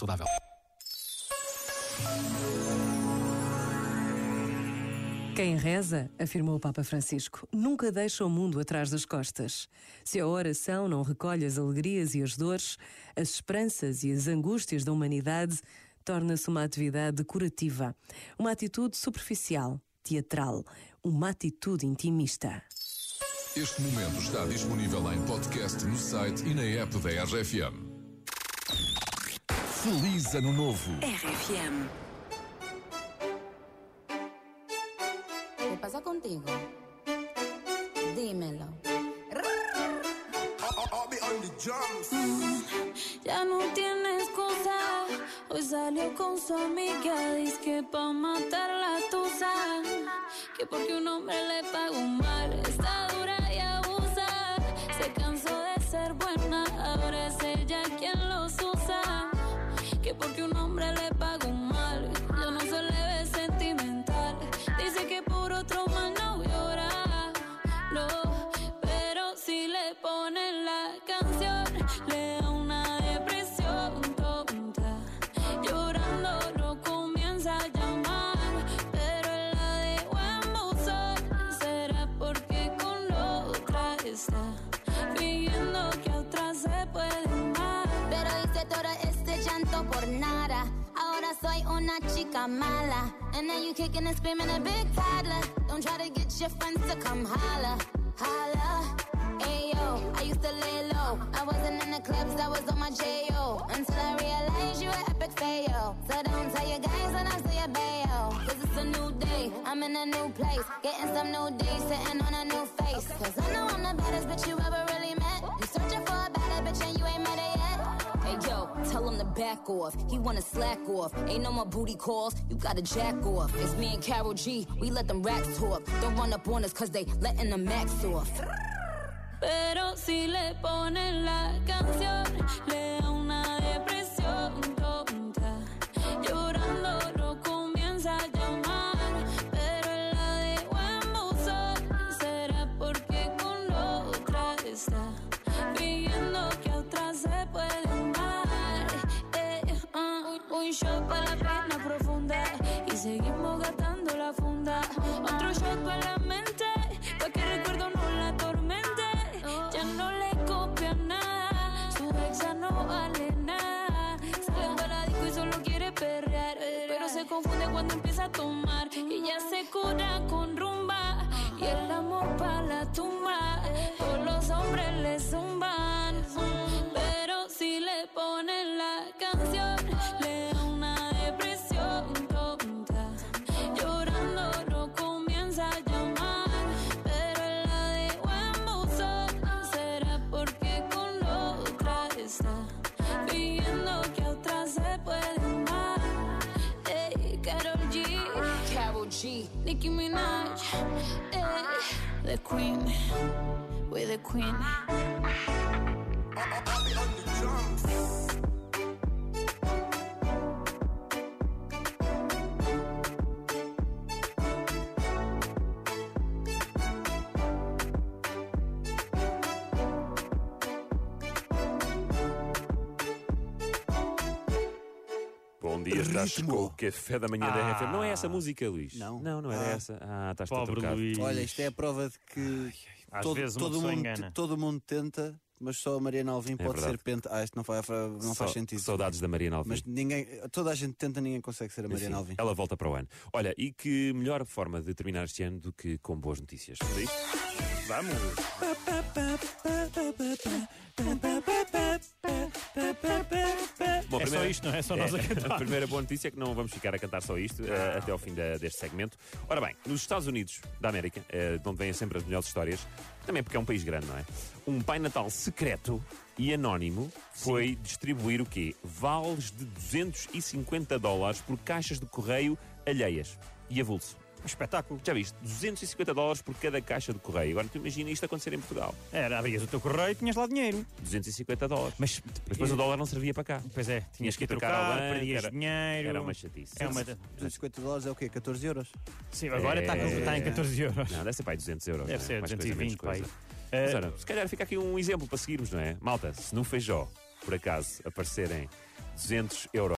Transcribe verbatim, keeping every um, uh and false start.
saudável. Quem reza, afirmou o Papa Francisco, nunca deixa o mundo atrás das costas. Se a oração não recolhe as alegrias e as dores, as esperanças e as angústias da humanidade, torna-se uma atividade curativa, uma atitude superficial, teatral, uma atitude intimista. Este momento está disponível em podcast no site e na app da R F M. Feliz Ano Novo! R F M. ¿Qué pasa contigo? Dímelo. Mm, ya no tiene excusa. Hoy salió con su amiga. Dice que pa' matar la tusa. Que porque un hombre le pagó mal. Está dura y abusa. Se cansó de ser buena. Ahora es ella quien los usa. Que porque un hombre le pagó mal. Ya no se le ve sentimental. Dice que por otro más no llora. No, pero si le ponen la canción, le da una depresión tonta. Llorando lo comienza a llamar, pero él la dejó en buzón. Será porque con la otra está fingiendo que a otra se puede amar. Pero hice todo este llanto por nada. Ahora soy una chica mala. And then you kicking and screaming a big toddler. Don't try to get your friends to come holla, holla. Ayo, I used to lay low. I wasn't in the clubs, I was on my J O. Until I realized you were epic fail. So don't tell your guys when I say a bail. Cause it's a new day, I'm in a new place. Getting some new days, sitting on a new face. Cause I know I'm the baddest bitch you ever really met. You searching for a better bitch and you ain't met it yet. Hey yo, tell him to back off. He wanna slack off. Ain't no more booty calls. You gotta jack off. It's me and Karol G. We let them racks talk. Don't run up on us cause they letting the max off. Pero si le ponen la canción, le da una depresión tonta. Llorando lo comienza a llamar, pero él la dejó en buzón. Será porque con la otra está fingiendo que a otra se puede amar. Eh, uh, un shot para la pena profunda y seguimos gastando la funda. Otro shot para la mente, pa' que recuerdo no la atormente. Ya no le copia nada, su exa no vale nada. Sale para la disco y solo quiere perrear, pero se confunde cuando empieza a tomar. Y ya se cura con rumba y el amor pa' la tumba. Todos los hombres le zumban, pero si le ponen la canción, le da una depresión tonta. Llorando lo comienza a llamar, pero él la dejó en buzón. Será porque con la otra está fingiendo que a otra se puede amar. Hey, Karol G, Karol G, Nicki Minaj, hey, the queen, we're the queen. Bom dia, estás com o café da manhã Ah. da R F M. Não é essa música, Luís? Não. Não, não era Ah. essa. Ah, estás Pobre trocado. Luís. Olha, isto é a prova de que Às todo, vezes uma todo, pessoa mundo, engana. todo mundo tenta, mas só a Mariana Alvim pode verdade. ser penta. Ah, isto não faz, não faz Só- sentido. Saudades da Mariana Alvim. Mas ninguém, toda a gente tenta, ninguém consegue ser a Mariana Enfim, Alvim. ela volta para o ano. Olha, e que melhor forma de terminar este ano do que com boas notícias? Luís? Vamos! Bom, É só isto, não é só nós a cantar. A primeira boa notícia é que não vamos ficar a cantar só isto eh, até ao fim da- deste segmento. Ora bem, nos Estados Unidos da América, eh, de onde vêm sempre as melhores histórias, também porque é um país grande, não é? Um Pai Natal secreto e anónimo foi distribuir o quê? Vales de duzentos e cinquenta dólares por caixas de correio alheias e avulso. Um espetáculo. Já viste? duzentos e cinquenta dólares por cada caixa de correio. Agora tu imagina isto acontecer em Portugal. Era, abrias o teu correio e tinhas lá dinheiro. duzentos e cinquenta dólares. Mas Depois o dólar não servia para cá. Pois é, tinhas que ir trocar ao trocar, banco, perdias era- dinheiro. Era uma chatice. É uma... duzentos e cinquenta dólares é o quê? catorze euros? Sim, agora está É. está em catorze euros. Não, deve ser para aí duzentos euros. Deve não é? ser Mais duzentos e coisa, menos vinte, pai. coisa. Mas, ora, se calhar fica aqui um exemplo para seguirmos, não é? Malta, se no Feijó, por acaso, aparecerem duzentos euros